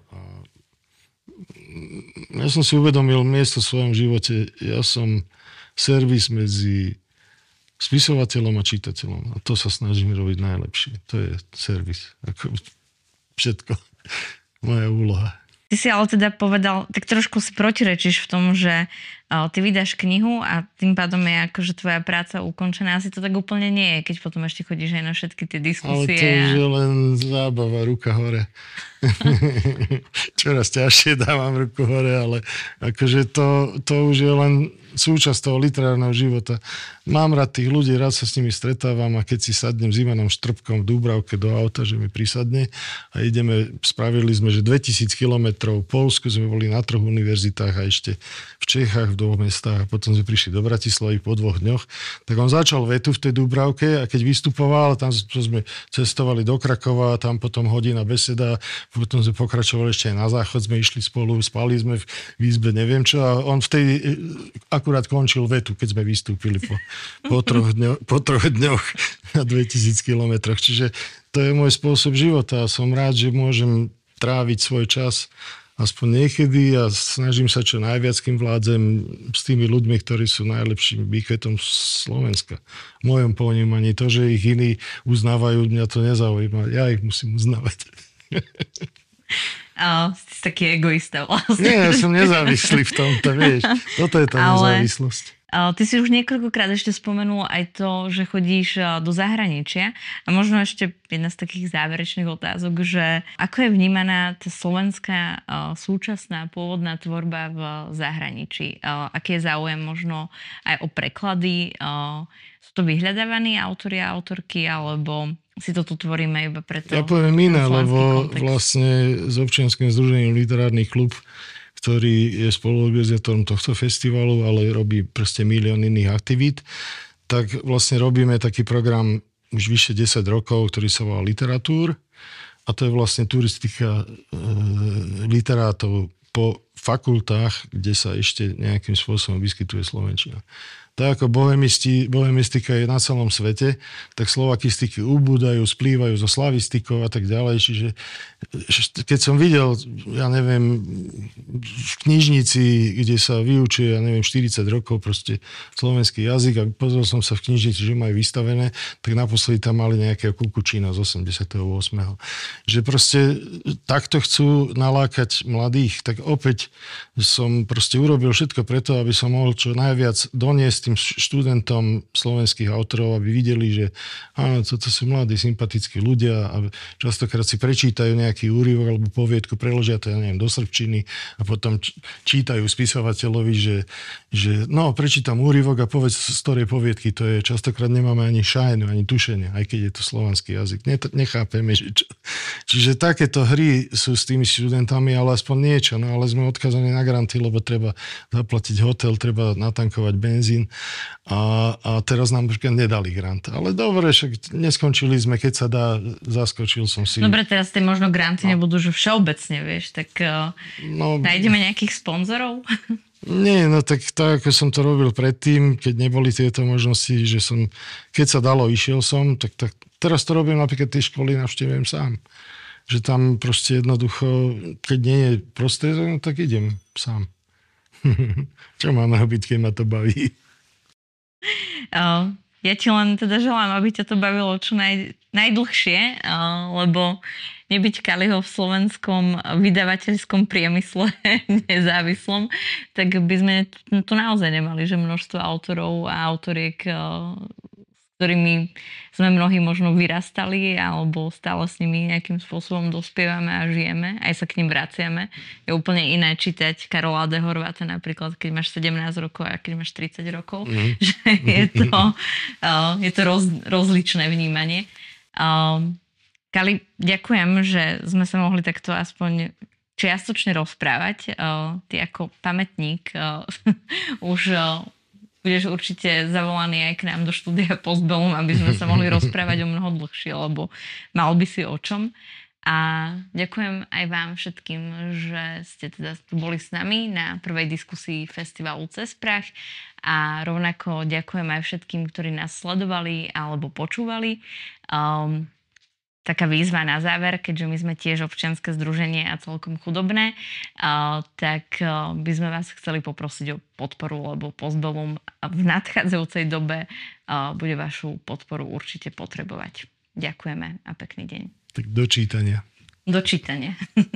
ja som si uvedomil miesto v svojom živote, ja som servis medzi spisovateľom a čitateľom. A to sa snažím robiť najlepšie. To je servis. Ako všetko. Moja úloha. Ty si ale teda povedal, tak trošku si protirečíš v tom, že ty vydáš knihu a tým pádom je akože tvoja práca ukončená. Asi to tak úplne nie je, keď potom ešte chodíš aj na všetky tie diskusie. Ale to už je len zábava, ruka hore. Čoraz ťažšie dávam ruku hore, ale akože to už je len súčasť toho literárneho života. Mám rád tých ľudí, rád sa s nimi stretávam a keď si sadnem s Ivanom Štrbkom v Dúbravke do auta, že mi prisadne a spravili sme, že 2000 kilometrov v Poľsku, sme boli na 3 univerzitách a ešte v Čechách v 2 mestách a potom sme prišli do Bratislavy po 2 dňoch, tak on začal vetu v tej Dúbravke a keď vystupoval, tam sme cestovali do Krakova, tam potom hodina beseda, potom sme pokračovali ešte aj na záchod, sme išli spolu, spali sme v izbe, neviem čo a on v tej akurát končil vetu, keď sme vystúpili po 3 dňoch na 2000 kilometroch. Čiže to je môj spôsob života a som rád, že môžem tráviť svoj čas aspoň niekedy a snažím sa čo najviac, kým vládzem s tými ľuďmi, ktorí sú najlepším výkvetom Slovenska. V mojom ponímaní to, že ich iní uznávajú, mňa to nezaujíma. Ja ich musím uznávať. Si taký egoista vlastne. Nie, ja som nezávislý v tomto, vieš. Toto je tá nezávislosť. Ty si už niekoľkokrát ešte spomenul aj to, že chodíš do zahraničia a možno ešte jedna z takých záverečných otázok, že ako je vnímaná tá slovenská súčasná pôvodná tvorba v zahraničí? Aký je záujem možno aj o preklady? Sú to vyhľadávaní autori a autorky, alebo si to tu tvoríme iba preto? Ja poviem iné, lebo kontext. vlastne s občianskym združením Literárny klub, ktorý je spoluorganizátorom tohto festivalu, ale robí proste milión iných aktivít, tak vlastne robíme taký program už vyše 10 rokov, ktorý sa volá Literatúr. A to je vlastne turistika literátov po fakultách, kde sa ešte nejakým spôsobom vyskytuje slovenčina. Tak ako bohemistika je na celom svete, tak slovakistiky ubúdajú, splývajú so slavistikou a tak ďalej. Čiže keď som videl, ja neviem, v knižnici, kde sa vyučuje, ja neviem, 40 rokov proste slovenský jazyk a pozrel som sa v knižnici, že majú vystavené, tak naposledy tam mali nejakého Kukučína z 88. Že proste takto chcú nalákať mladých, tak opäť som proste urobil všetko preto, aby som mohol čo najviac doniesť tým študentom slovenských autorov, aby videli, že áno, toto sú mladí, sympatickí ľudia a častokrát si prečítajú nejaký úryvok alebo poviedku, preložia to, ja neviem, do srbčiny a potom čítajú spisovateľovi, že no, prečítam úryvok a povedz z ktorej poviedky to je. Častokrát nemáme ani šajnu, ani tušenie, aj keď je to slovanský jazyk. Nechápeme, že čo. Čiže takéto hry sú s tými študentami, ale aspoň niečo, no ale sme odkazaní na granty, lebo treba zaplatiť hotel, treba natankovať benzín. A teraz nám nedali grant. Ale dobre, však neskončili sme, keď sa dá, zaskočil som si. Dobre, teraz tie možno granty nebudú, že všeobecne, vieš, tak nájdeme nejakých sponzorov? Nie, no tak ako som to robil predtým, keď neboli tieto možnosti, že som, keď sa dalo, išiel som, tak teraz to robím napríklad tie školy, navštevujem sám. Že tam proste jednoducho, keď nie je prostriedok, no tak idem sám. Čo mám robiť, keď ma to baví? Ja ti len teda želám, aby ťa to bavilo čo najdlhšie, lebo nebyť Kaliho v slovenskom vydavateľskom priemysle nezávislom, tak by sme tu naozaj nemali, že množstvo autorov a autoriek, s ktorými sme mnohí možno vyrastali alebo stále s nimi nejakým spôsobom dospievame a žijeme, aj sa k ním vraciame. Je úplne iné čítať Karola de Horváta napríklad, keď máš 17 rokov a keď máš 30 rokov. Že je to rozličné vnímanie. Kali, ďakujem, že sme sa mohli takto aspoň čiastočne rozprávať. Ty ako pamätník už budeš určite zavolaný aj k nám do štúdia Postbellum, aby sme sa mohli rozprávať o mnoho dlhšie, lebo mal by si o čom. A ďakujem aj vám všetkým, že ste teda tu boli s nami na prvej diskusii festivalu Cez prach a rovnako ďakujem aj všetkým, ktorí nás sledovali alebo počúvali. Taká výzva na záver, keďže my sme tiež občianske združenie a celkom chudobné, tak by sme vás chceli poprosiť o podporu, lebo Postbellum v nadchádzajúcej dobe bude vašu podporu určite potrebovať. Ďakujeme a pekný deň. Tak do čítania. Do čítania.